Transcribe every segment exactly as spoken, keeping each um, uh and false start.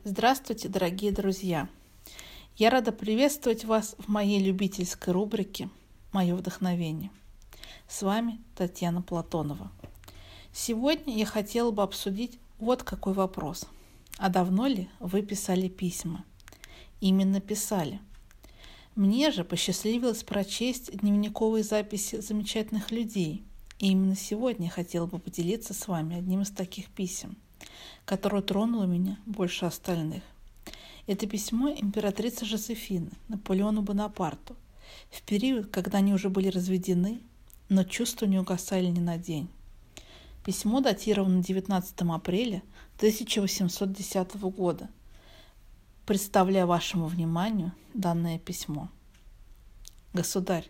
Здравствуйте, дорогие друзья! Я рада приветствовать вас в моей любительской рубрике «Мое вдохновение». С вами Татьяна Платонова. Сегодня я хотела бы обсудить вот какой вопрос. А давно ли вы писали письма? Именно писали. Мне же посчастливилось прочесть дневниковые записи замечательных людей. И именно сегодня я хотела бы поделиться с вами одним из таких писем, которое тронуло меня больше остальных. Это письмо императрицы Жозефины Наполеону Бонапарту в период, когда они уже были разведены, но чувства не угасали ни на день. Письмо датировано девятнадцатого апреля тысяча восемьсот десятого года. Представляю вашему вниманию данное письмо. Государь,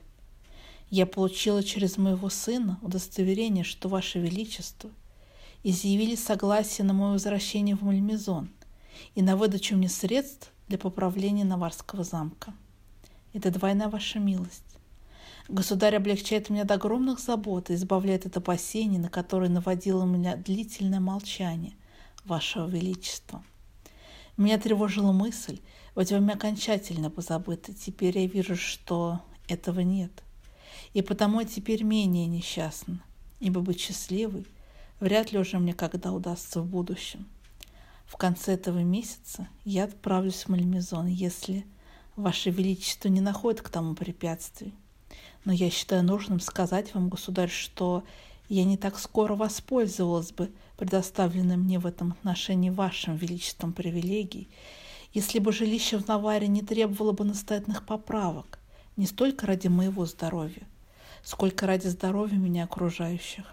я получила через моего сына удостоверение, что Ваше Величество изъявили согласие на мое возвращение в Мальмезон и на выдачу мне средств для поправления Наварского замка. Это двойная ваша милость. Государь облегчает меня до огромных забот и избавляет от опасений, на которые наводило меня длительное молчание Вашего Величества. Меня тревожила мысль, ведь вами окончательно позабыты. Теперь я вижу, что этого нет. И потому я теперь менее несчастна, ибо быть счастливой вряд ли уже мне когда удастся в будущем. В конце этого месяца я отправлюсь в Мальмезон, если Ваше Величество не находит к тому препятствий. Но я считаю нужным сказать вам, государь, что я не так скоро воспользовалась бы предоставленным мне в этом отношении Вашим Величеством привилегий, если бы жилище в Наваре не требовало бы настоятельных поправок, не столько ради моего здоровья, сколько ради здоровья меня окружающих.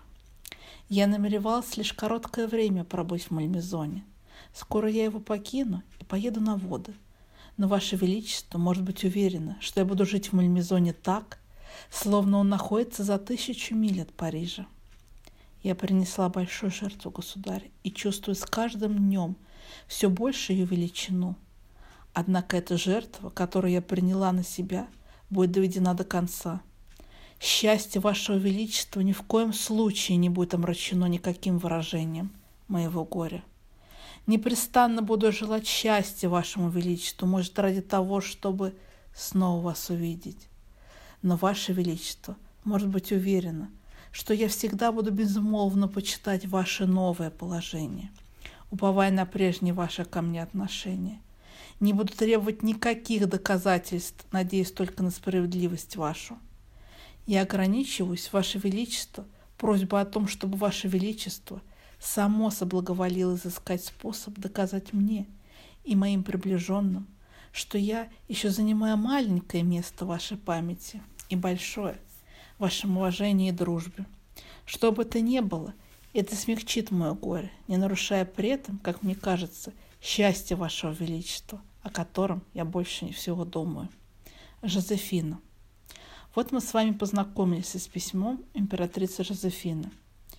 Я намеревалась лишь короткое время пробыть в Мальмезоне. Скоро я его покину и поеду на воды. Но Ваше Величество может быть уверено, что я буду жить в Мальмезоне так, словно он находится за тысячу миль от Парижа. Я принесла большую жертву, государь, и чувствую с каждым днем все больше ее величину. Однако эта жертва, которую я приняла на себя, будет доведена до конца. Счастье Вашего Величества ни в коем случае не будет омрачено никаким выражением моего горя. Непрестанно буду желать счастья Вашему Величеству, может, ради того, чтобы снова вас увидеть. Но Ваше Величество может быть уверено, что я всегда буду безмолвно почитать ваше новое положение, уповая на прежние ваши ко мне отношения. Не буду требовать никаких доказательств, надеясь только на справедливость вашу. Я ограничиваюсь, Ваше Величество, просьбой о том, чтобы Ваше Величество само соблаговолило изыскать способ доказать мне и моим приближенным, что я еще занимаю маленькое место в вашей памяти и большое в вашем уважении и дружбе. Что бы это ни было, это смягчит мое горе, не нарушая при этом, как мне кажется, счастье Вашего Величества, о котором я больше не всего думаю. Жозефина. Вот мы с вами познакомились с письмом императрицы Жозефины.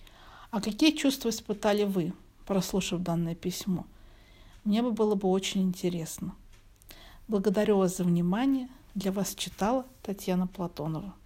А какие чувства испытали вы, прослушав данное письмо? Мне бы было бы очень интересно. Благодарю вас за внимание. Для вас читала Татьяна Платонова.